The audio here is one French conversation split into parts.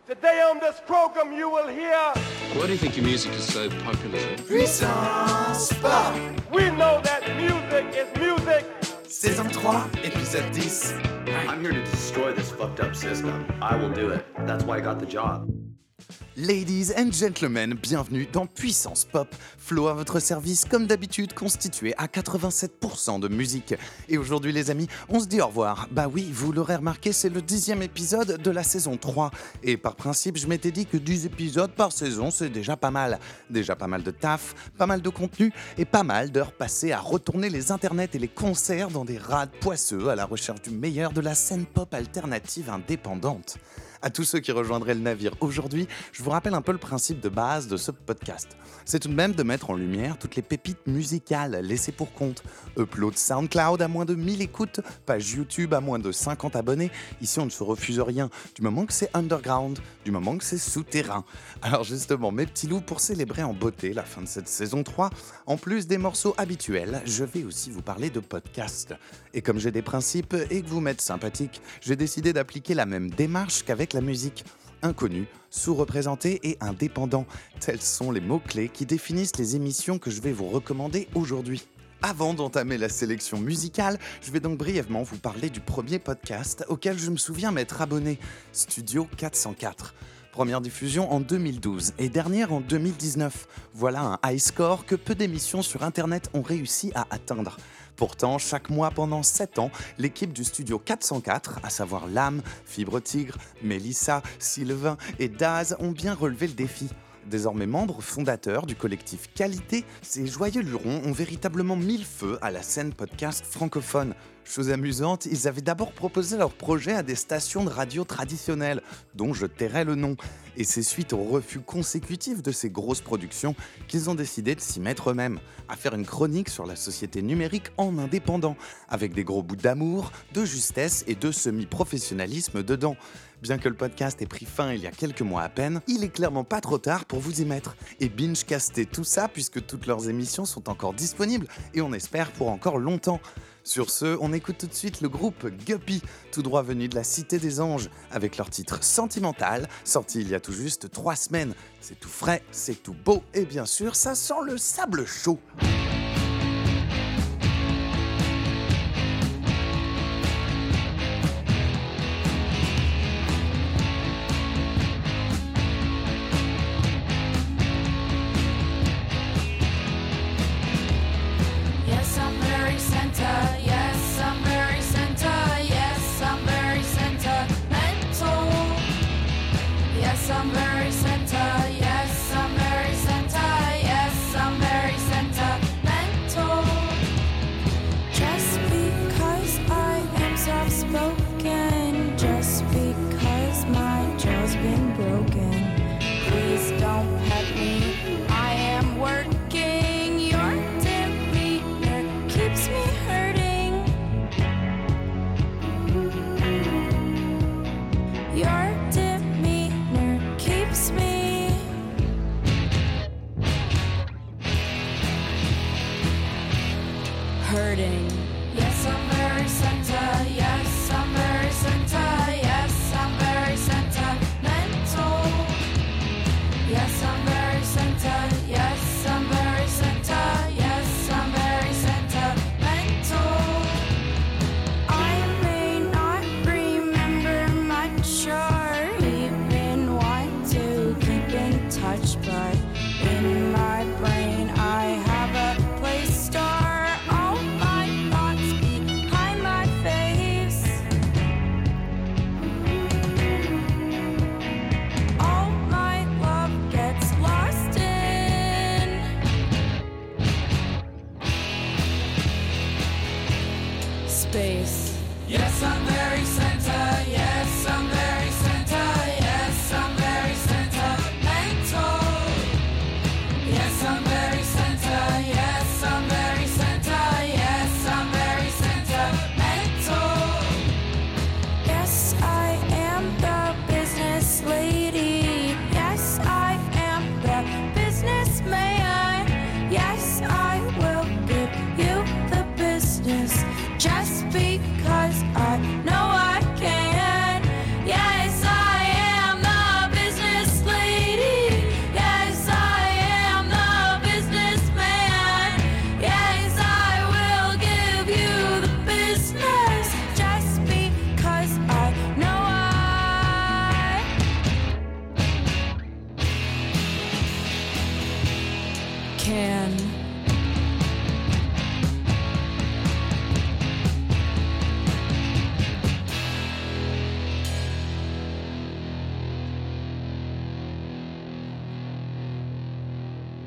Today on this program you will hear. Why do you think your music is so popular? Puissance Pop. We know that music is music. Saison 3, épisode 10. I'm here to destroy this fucked up system. I will do it. That's why I got the job. Ladies and gentlemen, bienvenue dans Puissance Pop. Flo à votre service, comme d'habitude, constitué à 87% de musique. Et aujourd'hui les amis, on se dit au revoir. Bah oui, vous l'aurez remarqué, c'est le 10e épisode de la saison 3. Et par principe, je m'étais dit que 10 épisodes par saison, c'est déjà pas mal. Déjà pas mal de taf, pas mal de contenu et pas mal d'heures passées à retourner les internets et les concerts dans des rades poisseux à la recherche du meilleur de la scène pop alternative indépendante. À tous ceux qui rejoindraient le navire aujourd'hui, je vous rappelle un peu le principe de base de ce podcast. C'est tout de même de mettre en lumière toutes les pépites musicales laissées pour compte. Upload SoundCloud à moins de 1000 écoutes, page YouTube à moins de 50 abonnés. Ici, on ne se refuse rien, du moment que c'est underground, du moment que c'est souterrain. Alors justement, mes petits loups, pour célébrer en beauté la fin de cette saison 3, en plus des morceaux habituels, je vais aussi vous parler de podcasts. Et comme j'ai des principes et que vous m'êtes sympathique, j'ai décidé d'appliquer la même démarche qu'avec la musique. Inconnu, sous-représenté et indépendant, tels sont les mots-clés qui définissent les émissions que je vais vous recommander aujourd'hui. Avant d'entamer la sélection musicale, je vais donc brièvement vous parler du premier podcast auquel je me souviens m'être abonné, Studio 404. Première diffusion en 2012 et dernière en 2019. Voilà un high score que peu d'émissions sur Internet ont réussi à atteindre. Pourtant, chaque mois pendant 7 ans, l'équipe du Studio 404, à savoir Lame, Fibre Tigre, Mélissa, Sylvain et Daz ont bien relevé le défi. Désormais membres fondateurs du collectif Qualité, ces joyeux lurons ont véritablement mis le feu à la scène podcast francophone. Chose amusante, ils avaient d'abord proposé leur projet à des stations de radio traditionnelles, dont je tairai le nom. Et c'est suite au refus consécutif de ces grosses productions qu'ils ont décidé de s'y mettre eux-mêmes, à faire une chronique sur la société numérique en indépendant, avec des gros bouts d'amour, de justesse et de semi-professionnalisme dedans. Bien que le podcast ait pris fin il y a quelques mois à peine, il est clairement pas trop tard pour vous y mettre et binge-caster tout ça puisque toutes leurs émissions sont encore disponibles et on espère pour encore longtemps. Sur ce, on écoute tout de suite le groupe Guppy, tout droit venu de la Cité des Anges, avec leur titre Sentimental, sorti il y a tout juste 3 semaines. C'est tout frais, c'est tout beau et bien sûr, ça sent le sable chaud. In my brain I have a place star all my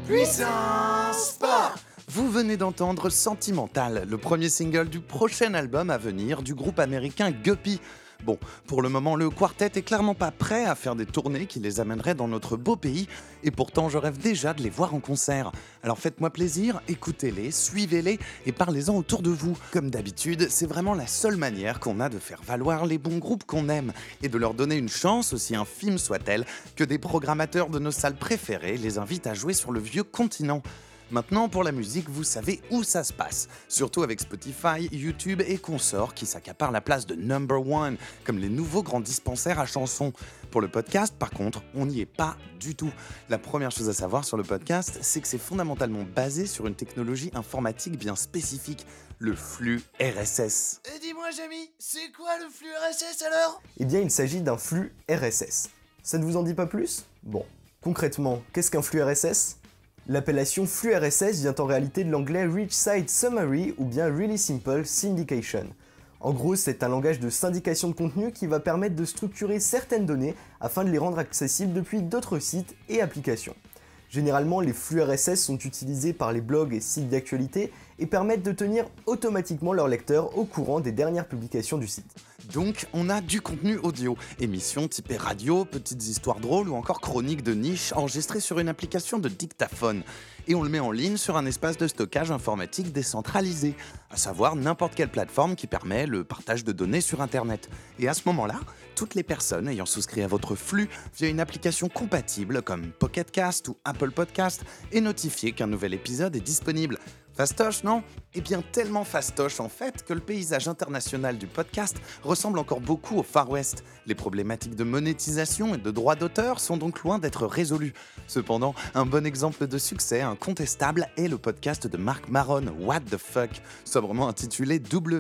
Puissance Pop. Vous venez d'entendre Sentimental, le premier single du prochain album à venir du groupe américain Guppy. Bon, pour le moment, le quartet est clairement pas prêt à faire des tournées qui les amèneraient dans notre beau pays, et pourtant je rêve déjà de les voir en concert. Alors faites-moi plaisir, écoutez-les, suivez-les et parlez-en autour de vous. Comme d'habitude, c'est vraiment la seule manière qu'on a de faire valoir les bons groupes qu'on aime, et de leur donner une chance, aussi infime soit-elle, que des programmateurs de nos salles préférées les invitent à jouer sur le vieux continent. Maintenant, pour la musique, vous savez où ça se passe. Surtout avec Spotify, YouTube et consorts qui s'accaparent la place de number one, comme les nouveaux grands dispensaires à chansons. Pour le podcast, par contre, on n'y est pas du tout. La première chose à savoir sur le podcast, c'est que c'est fondamentalement basé sur une technologie informatique bien spécifique, le flux RSS. Et dis-moi, Jamy, c'est quoi le flux RSS alors ? Eh bien, il s'agit d'un flux RSS. Ça ne vous en dit pas plus ? Bon, concrètement, qu'est-ce qu'un flux RSS ? L'appellation flux RSS vient en réalité de l'anglais Rich Site Summary ou bien Really Simple Syndication. En gros, c'est un langage de syndication de contenu qui va permettre de structurer certaines données afin de les rendre accessibles depuis d'autres sites et applications. Généralement, les flux RSS sont utilisés par les blogs et sites d'actualité et permettent de tenir automatiquement leurs lecteurs au courant des dernières publications du site. Donc, on a du contenu audio, émissions typées radio, petites histoires drôles ou encore chroniques de niche enregistrées sur une application de dictaphone. Et on le met en ligne sur un espace de stockage informatique décentralisé, à savoir n'importe quelle plateforme qui permet le partage de données sur Internet. Et à ce moment-là, toutes les personnes ayant souscrit à votre flux via une application compatible comme Pocket Cast ou Apple Podcast est notifiée qu'un nouvel épisode est disponible. Fastoche, non ? Eh bien tellement fastoche en fait que le paysage international du podcast ressemble encore beaucoup au Far West. Les problématiques de monétisation et de droits d'auteur sont donc loin d'être résolues. Cependant, un bon exemple de succès incontestable est le podcast de Marc Maron, What the Fuck, sobrement intitulé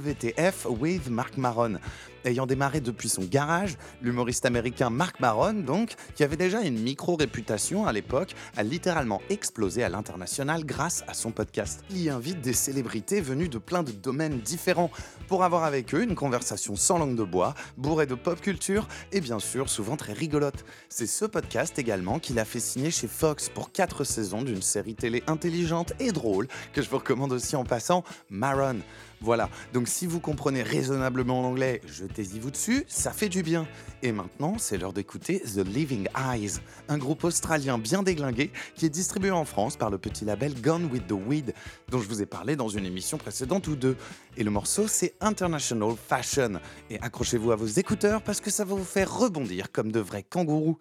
WTF with Marc Maron. Ayant démarré depuis son garage, l'humoriste américain Marc Maron, donc, qui avait déjà une micro-réputation à l'époque, a littéralement explosé à l'international grâce à son podcast. Il y invite des célébrités venues de plein de domaines différents pour avoir avec eux une conversation sans langue de bois, bourrée de pop culture et bien sûr souvent très rigolote. C'est ce podcast également qui l'a fait signer chez Fox pour 4 saisons d'une série télé intelligente et drôle que je vous recommande aussi en passant, Maron. Voilà, donc si vous comprenez raisonnablement l'anglais, jetez-y vous dessus, ça fait du bien. Et maintenant, c'est l'heure d'écouter The Living Eyes, un groupe australien bien déglingué qui est distribué en France par le petit label Gone with the Weed, dont je vous ai parlé dans une émission précédente ou deux. Et le morceau, c'est International Fashion. Et accrochez-vous à vos écouteurs parce que ça va vous faire rebondir comme de vrais kangourous.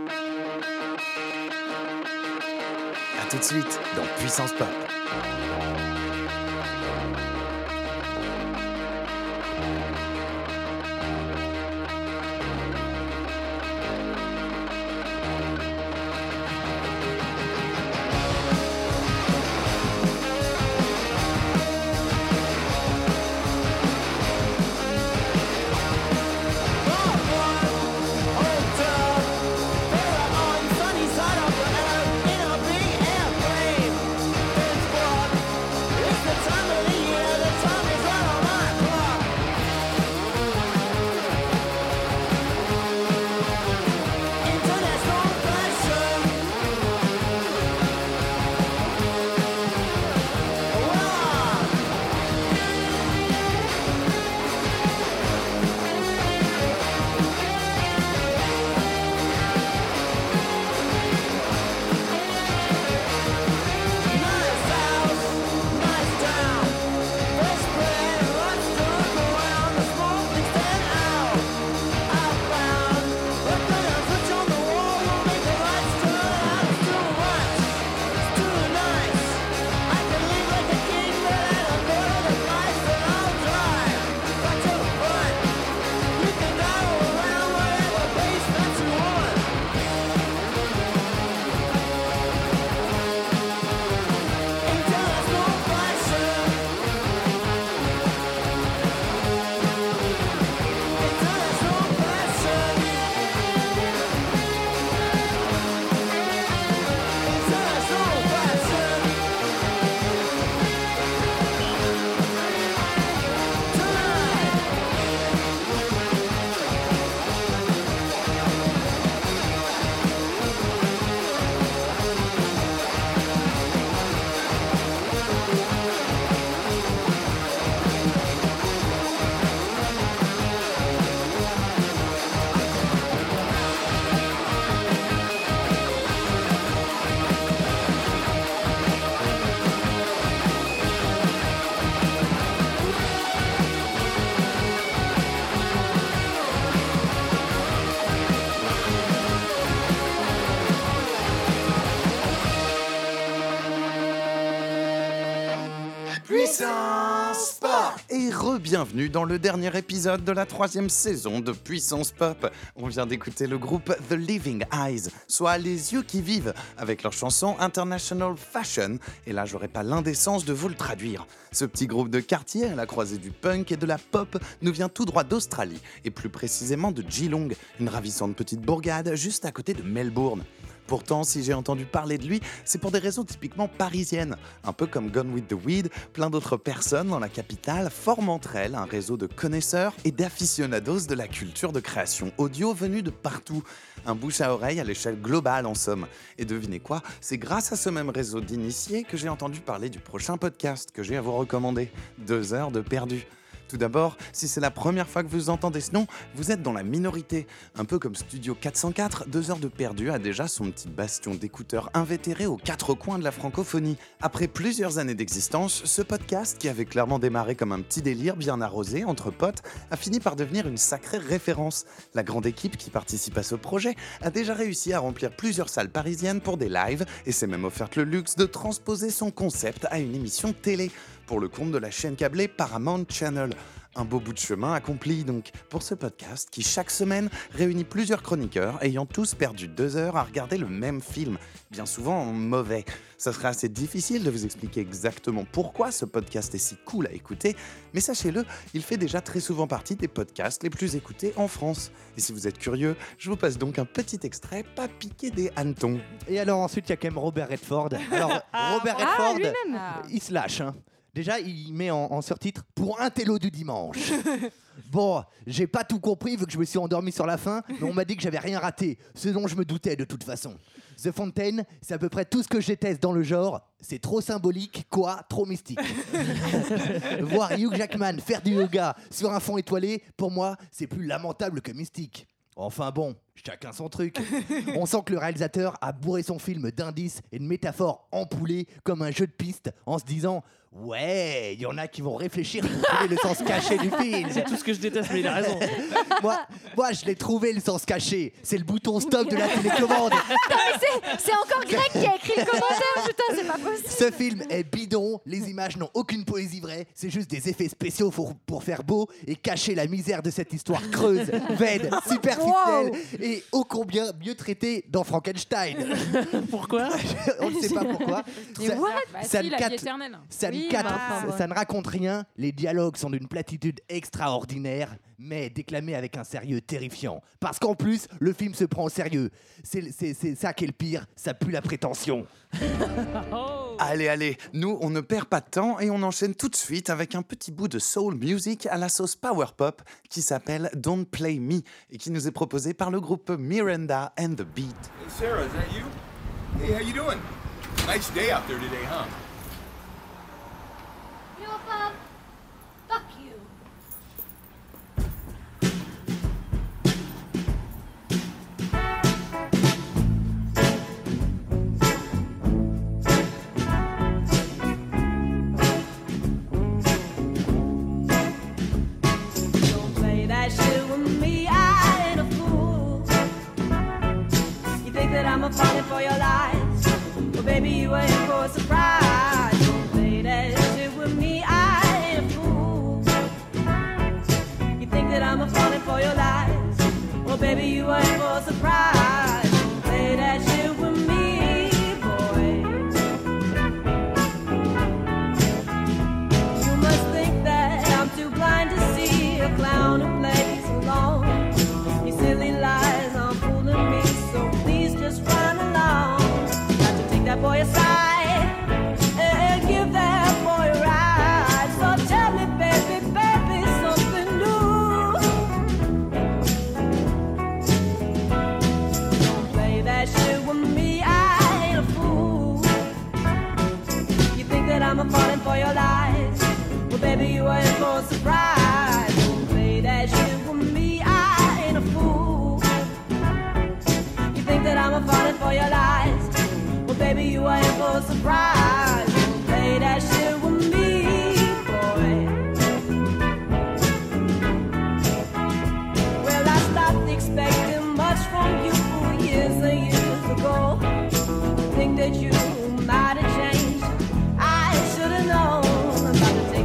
A tout de suite dans Puissance Pop. Sunny side of the earth in a big airplane. Puissance Pop. Et re-bienvenue dans le dernier épisode de la 3e saison de Puissance Pop. On vient d'écouter le groupe The Living Eyes, soit Les Yeux qui Vivent, avec leur chanson International Fashion. Et là, j'aurais pas l'indécence de vous le traduire. Ce petit groupe de quartier, à la croisée du punk et de la pop, nous vient tout droit d'Australie, et plus précisément de Geelong, une ravissante petite bourgade juste à côté de Melbourne. Pourtant, si j'ai entendu parler de lui, c'est pour des raisons typiquement parisiennes. Un peu comme Gone with the Weed, plein d'autres personnes dans la capitale forment entre elles un réseau de connaisseurs et d'aficionados de la culture de création audio venus de partout. Un bouche à oreille à l'échelle globale en somme. Et devinez quoi, c'est grâce à ce même réseau d'initiés que j'ai entendu parler du prochain podcast que j'ai à vous recommander, 2 heures de perdu. Tout d'abord, si c'est la première fois que vous entendez ce nom, vous êtes dans la minorité. Un peu comme Studio 404, 2 heures de perdu a déjà son petit bastion d'écouteurs invétérés aux 4 coins de la francophonie. Après plusieurs années d'existence, ce podcast, qui avait clairement démarré comme un petit délire bien arrosé entre potes, a fini par devenir une sacrée référence. La grande équipe qui participe à ce projet a déjà réussi à remplir plusieurs salles parisiennes pour des lives et s'est même offert le luxe de transposer son concept à une émission télé, pour le compte de la chaîne câblée Paramount Channel. Un beau bout de chemin accompli donc pour ce podcast qui chaque semaine réunit plusieurs chroniqueurs ayant tous perdu 2 heures à regarder le même film, bien souvent mauvais. Ça serait assez difficile de vous expliquer exactement pourquoi ce podcast est si cool à écouter, mais sachez-le, il fait déjà très souvent partie des podcasts les plus écoutés en France. Et si vous êtes curieux, je vous passe donc un petit extrait pas piqué des hannetons. Et alors ensuite, il y a quand même Robert Redford. Alors, Robert Redford, lui-même. il se lâche, hein. Déjà, il met en surtitre « Pour un télo du dimanche ». Bon, j'ai pas tout compris vu que je me suis endormi sur la fin, mais on m'a dit que j'avais rien raté, ce dont je me doutais de toute façon. The Fountain, c'est à peu près tout ce que je déteste dans le genre. C'est trop symbolique, quoi, trop mystique. Voir Hugh Jackman faire du yoga sur un fond étoilé, pour moi, c'est plus lamentable que mystique. Enfin bon, chacun son truc. On sent que le réalisateur a bourré son film d'indices et de métaphores empoulées comme un jeu de piste en se disant « Ouais, il y en a qui vont réfléchir pour trouver le sens caché du film. » C'est tout ce que je déteste, mais il a raison. Moi, je l'ai trouvé le sens caché. C'est le bouton stop de la télécommande. C'est encore Greg qui a écrit le commentaire, putain, c'est pas possible. Ce film est bidon, les images n'ont aucune poésie vraie, c'est juste des effets spéciaux pour faire beau et cacher la misère de cette histoire creuse, vaine, superficielle et ô combien mieux traitée dans Frankenstein. Pourquoi? On ne sait pas pourquoi. Ça ne raconte rien, les dialogues sont d'une platitude extraordinaire, mais déclamés avec un sérieux terrifiant. Parce qu'en plus, le film se prend au sérieux. C'est ça qui est le pire, ça pue la prétention. Allez, nous on ne perd pas de temps et on enchaîne tout de suite avec un petit bout de soul music à la sauce power pop qui s'appelle Don't Play Me et qui nous est proposé par le groupe Miranda and the Beat. Hey Sarah, is that you? Hey, how you doing? Nice day out there today, huh? You know, Bob? Fuck you. Don't play that shit with me, I ain't a fool. You think that I'm a falling for your lies? Well, baby, you ain't for a surprise. Don't play that shit with me, I ain't a fool. You think that I'm a falling for your lies? Well, baby, you ain't for a surprise. Don't play that shit with me, boy. You must think that I'm too blind to see a clown who plays alone. These silly lies are fooling me, so please just run along. Got to take that boy aside and give that boy a ride. So tell me, baby, something new. Don't play that shit with me, I ain't a fool. You think that I'm a falling for your lies? Well, baby, you ain't for a surprise. Don't play that shit with me, I ain't a fool. You think that I'm a falling for your lies? Well, baby, you ain't for a surprise. Don't play that shit with me, boy. Well, I stopped expecting much from you years and years ago. Think that you might have changed. I should have known about the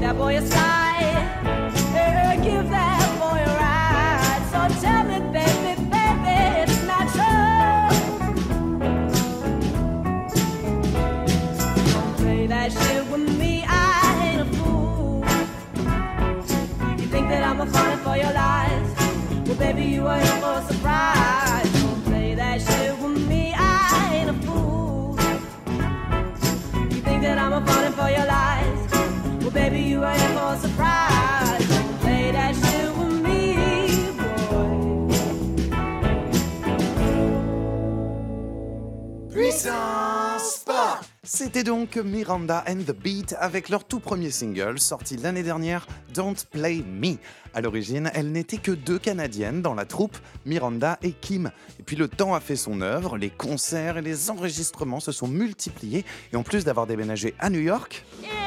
Puissance Pop. C'était donc Miranda and the Beat avec leur tout premier single sorti l'année dernière, Don't Play Me. À l'origine, elles n'étaient que 2 Canadiennes dans la troupe, Miranda et Kim. Et puis le temps a fait son œuvre, les concerts et les enregistrements se sont multipliés. Et en plus d'avoir déménagé à New York,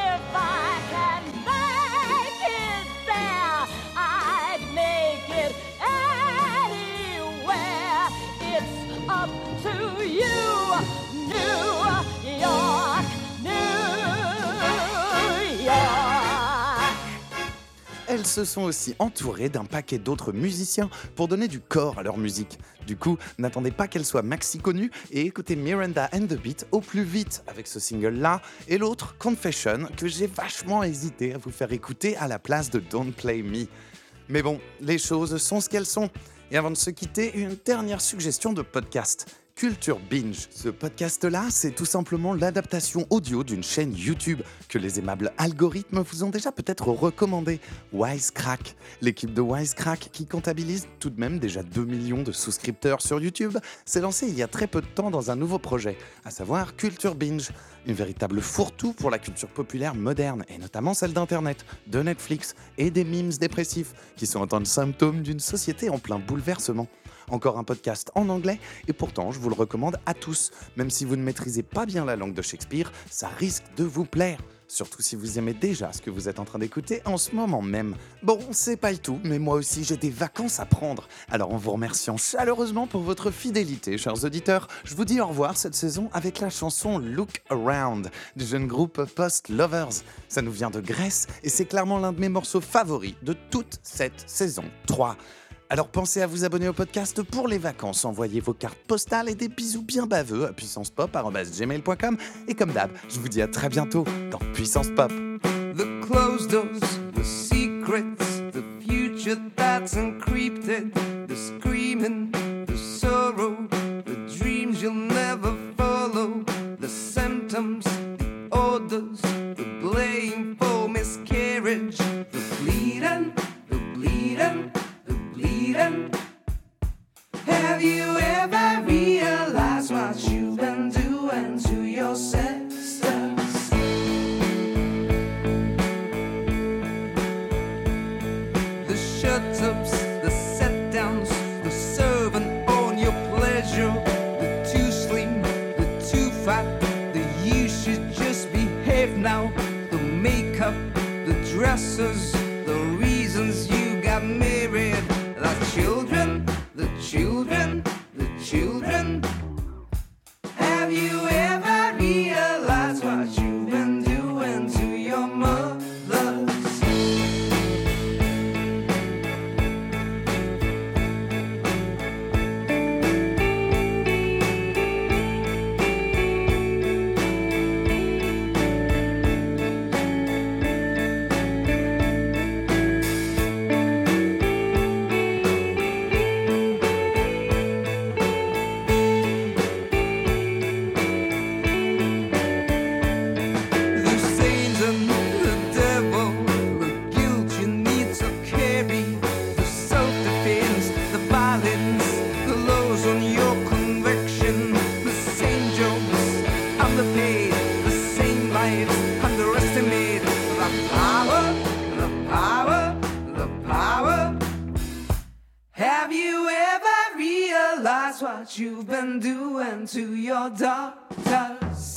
elles se sont aussi entourées d'un paquet d'autres musiciens pour donner du corps à leur musique. Du coup, n'attendez pas qu'elles soient maxi connues et écoutez Miranda and the Beat au plus vite avec ce single-là et l'autre, Confession, que j'ai vachement hésité à vous faire écouter à la place de Don't Play Me. Mais bon, les choses sont ce qu'elles sont. Et avant de se quitter, une dernière suggestion de podcast. Culture Binge. Ce podcast-là, c'est tout simplement l'adaptation audio d'une chaîne YouTube que les aimables algorithmes vous ont déjà peut-être recommandé. Wisecrack. L'équipe de Wisecrack, qui comptabilise tout de même déjà 2 millions de souscripteurs sur YouTube, s'est lancée il y a très peu de temps dans un nouveau projet, à savoir Culture Binge. Une véritable fourre-tout pour la culture populaire moderne, et notamment celle d'Internet, de Netflix et des memes dépressifs, qui sont autant de symptômes d'une société en plein bouleversement. Encore un podcast en anglais, et pourtant je vous le recommande à tous. Même si vous ne maîtrisez pas bien la langue de Shakespeare, ça risque de vous plaire. Surtout si vous aimez déjà ce que vous êtes en train d'écouter en ce moment même. Bon, c'est pas le tout, mais moi aussi j'ai des vacances à prendre. Alors en vous remerciant chaleureusement pour votre fidélité, chers auditeurs, je vous dis au revoir cette saison avec la chanson Look Around du jeune groupe Post Lovers. Ça nous vient de Grèce et c'est clairement l'un de mes morceaux favoris de toute cette saison 3. Alors pensez à vous abonner au podcast pour les vacances, envoyez vos cartes postales et des bisous bien baveux à puissancepop@gmail.com et comme d'hab, je vous dis à très bientôt dans Puissance Pop. The closed doors, the secrets, the future that's encrypted, the screaming, the sorrow, the dreams you'll never follow, the symptoms, the odors, the blame for miscarriage, the bleeding, the bleeding. Have you ever realized what you've been doing to your sisters? The shut-ups, the set-downs, the serving on your pleasure, the too slim, the too fat, the you should just behave now, the makeup, the dresses, the reasons you got married, the children, the children, the children. Have you ever realized what you've been doing to your mothers? What you've been doing to your daughters.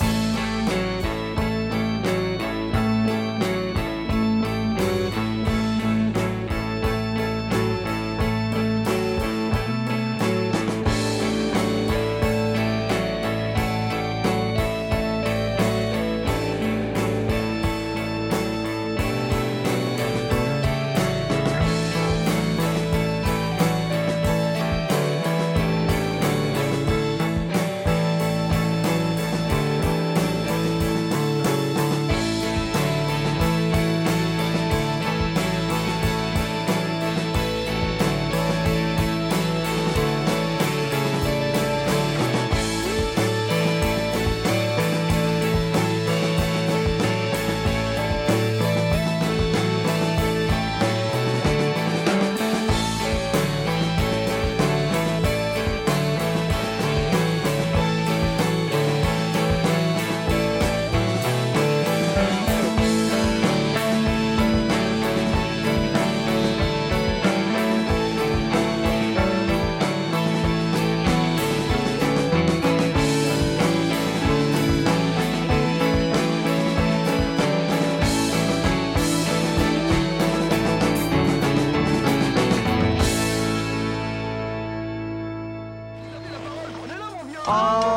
all